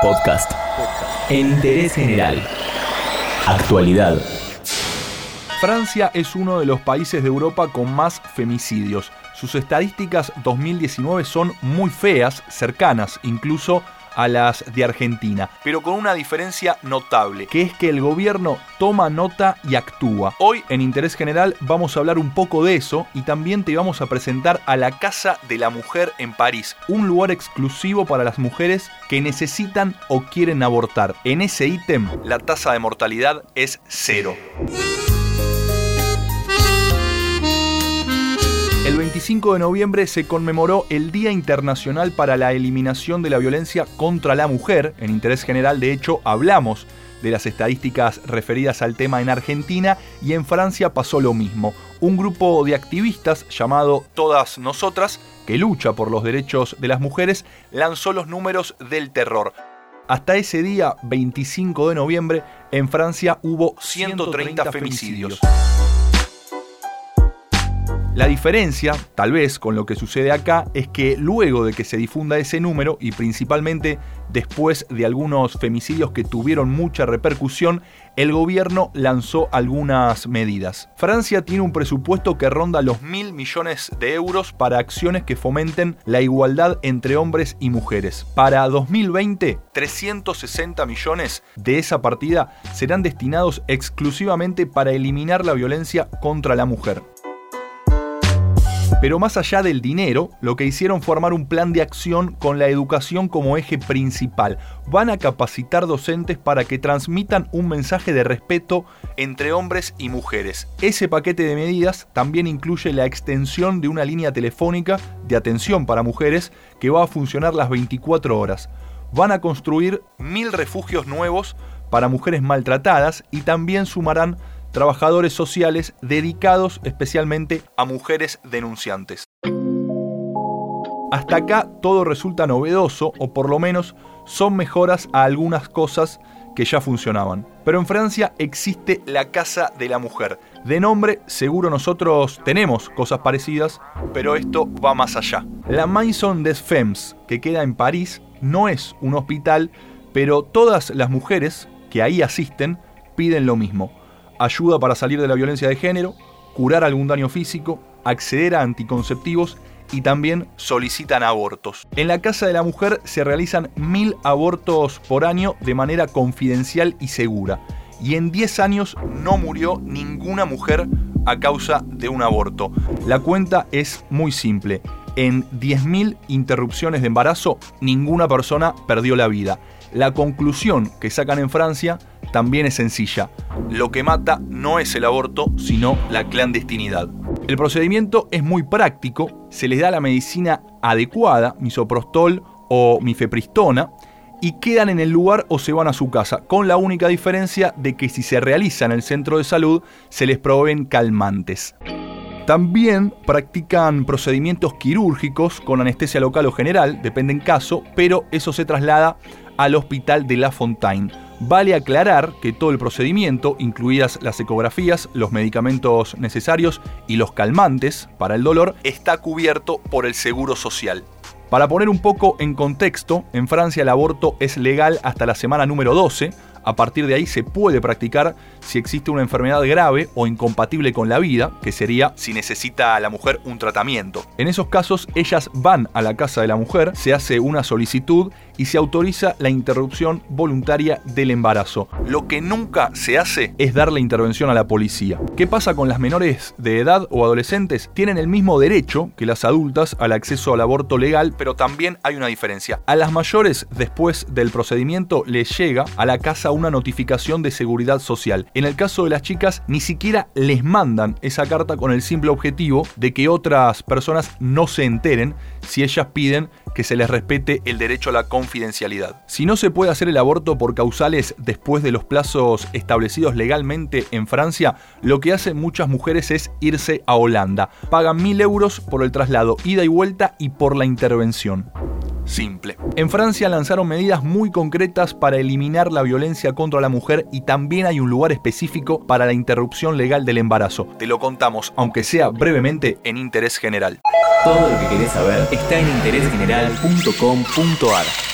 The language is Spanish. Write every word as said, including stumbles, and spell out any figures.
Podcast. En interés general. Actualidad. Francia es uno de los países de Europa con más femicidios. Sus estadísticas dos mil diecinueve son muy feas, cercanas incluso a las de Argentina, pero con una diferencia notable, que es que el gobierno toma nota y actúa. Hoy en Interés General vamos a hablar un poco de eso y también te vamos a presentar a la Casa de la Mujer en París, un lugar exclusivo para las mujeres que necesitan o quieren abortar. En ese ítem, la tasa de mortalidad es cero. El veinticinco de noviembre se conmemoró el Día Internacional para la Eliminación de la Violencia contra la Mujer. En Interés General, de hecho, hablamos de las estadísticas referidas al tema en Argentina y en Francia pasó lo mismo. Un grupo de activistas llamado Todas Nosotras, que lucha por los derechos de las mujeres, lanzó los números del terror. Hasta ese día, veinticinco de noviembre, en Francia hubo ciento treinta femicidios. La diferencia, tal vez, con lo que sucede acá, es que luego de que se difunda ese número, y principalmente después de algunos femicidios que tuvieron mucha repercusión, el gobierno lanzó algunas medidas. Francia tiene un presupuesto que ronda los mil millones de euros para acciones que fomenten la igualdad entre hombres y mujeres. Para dos mil veinte, trescientos sesenta millones de esa partida serán destinados exclusivamente para eliminar la violencia contra la mujer. Pero más allá del dinero, lo que hicieron fue armar un plan de acción con la educación como eje principal. Van a capacitar docentes para que transmitan un mensaje de respeto entre hombres y mujeres. Ese paquete de medidas también incluye la extensión de una línea telefónica de atención para mujeres que va a funcionar las veinticuatro horas. Van a construir mil refugios nuevos para mujeres maltratadas y también sumarán trabajadores sociales dedicados especialmente a mujeres denunciantes. Hasta acá todo resulta novedoso, o por lo menos son mejoras a algunas cosas que ya funcionaban. Pero en Francia existe la Casa de la Mujer. De nombre, seguro nosotros tenemos cosas parecidas, pero esto va más allá. La Maison des Femmes, que queda en París, no es un hospital, pero todas las mujeres que ahí asisten piden lo mismo: ayuda para salir de la violencia de género, curar algún daño físico, acceder a anticonceptivos y también solicitan abortos. En la Casa de la Mujer se realizan mil abortos por año de manera confidencial y segura. Y en diez años no murió ninguna mujer a causa de un aborto. La cuenta es muy simple. En diez mil interrupciones de embarazo, ninguna persona perdió la vida. La conclusión que sacan en Francia también es sencilla. Lo que mata no es el aborto, sino la clandestinidad. El procedimiento es muy práctico, se les da la medicina adecuada, misoprostol o mifepristona, y quedan en el lugar o se van a su casa, con la única diferencia de que si se realiza en el centro de salud, se les proveen calmantes. También practican procedimientos quirúrgicos con anestesia local o general, depende en caso, pero eso se traslada al Hospital de La Fontaine. Vale aclarar que todo el procedimiento, incluidas las ecografías, los medicamentos necesarios y los calmantes para el dolor, está cubierto por el Seguro Social. Para poner un poco en contexto, en Francia el aborto es legal hasta la semana número doce. A partir de ahí se puede practicar si existe una enfermedad grave o incompatible con la vida, que sería si necesita a la mujer un tratamiento. En esos casos, ellas van a la Casa de la Mujer, se hace una solicitud y se autoriza la interrupción voluntaria del embarazo. Lo que nunca se hace es dar la intervención a la policía. ¿Qué pasa con las menores de edad o adolescentes? Tienen el mismo derecho que las adultas al acceso al aborto legal, pero también hay una diferencia. A las mayores, después del procedimiento, les llega a la casa una notificación de seguridad social. En el caso de las chicas, ni siquiera les mandan esa carta con el simple objetivo de que otras personas no se enteren si ellas piden que se les respete el derecho a la confidencialidad. Si no se puede hacer el aborto por causales después de los plazos establecidos legalmente en Francia, lo que hacen muchas mujeres es irse a Holanda. Pagan mil euros por el traslado, ida y vuelta y por la intervención. Simple. En Francia lanzaron medidas muy concretas para eliminar la violencia contra la mujer y también hay un lugar específico para la interrupción legal del embarazo. Te lo contamos, aunque sea brevemente, en Interés General. Todo lo que querés saber está en interés general punto com punto a r.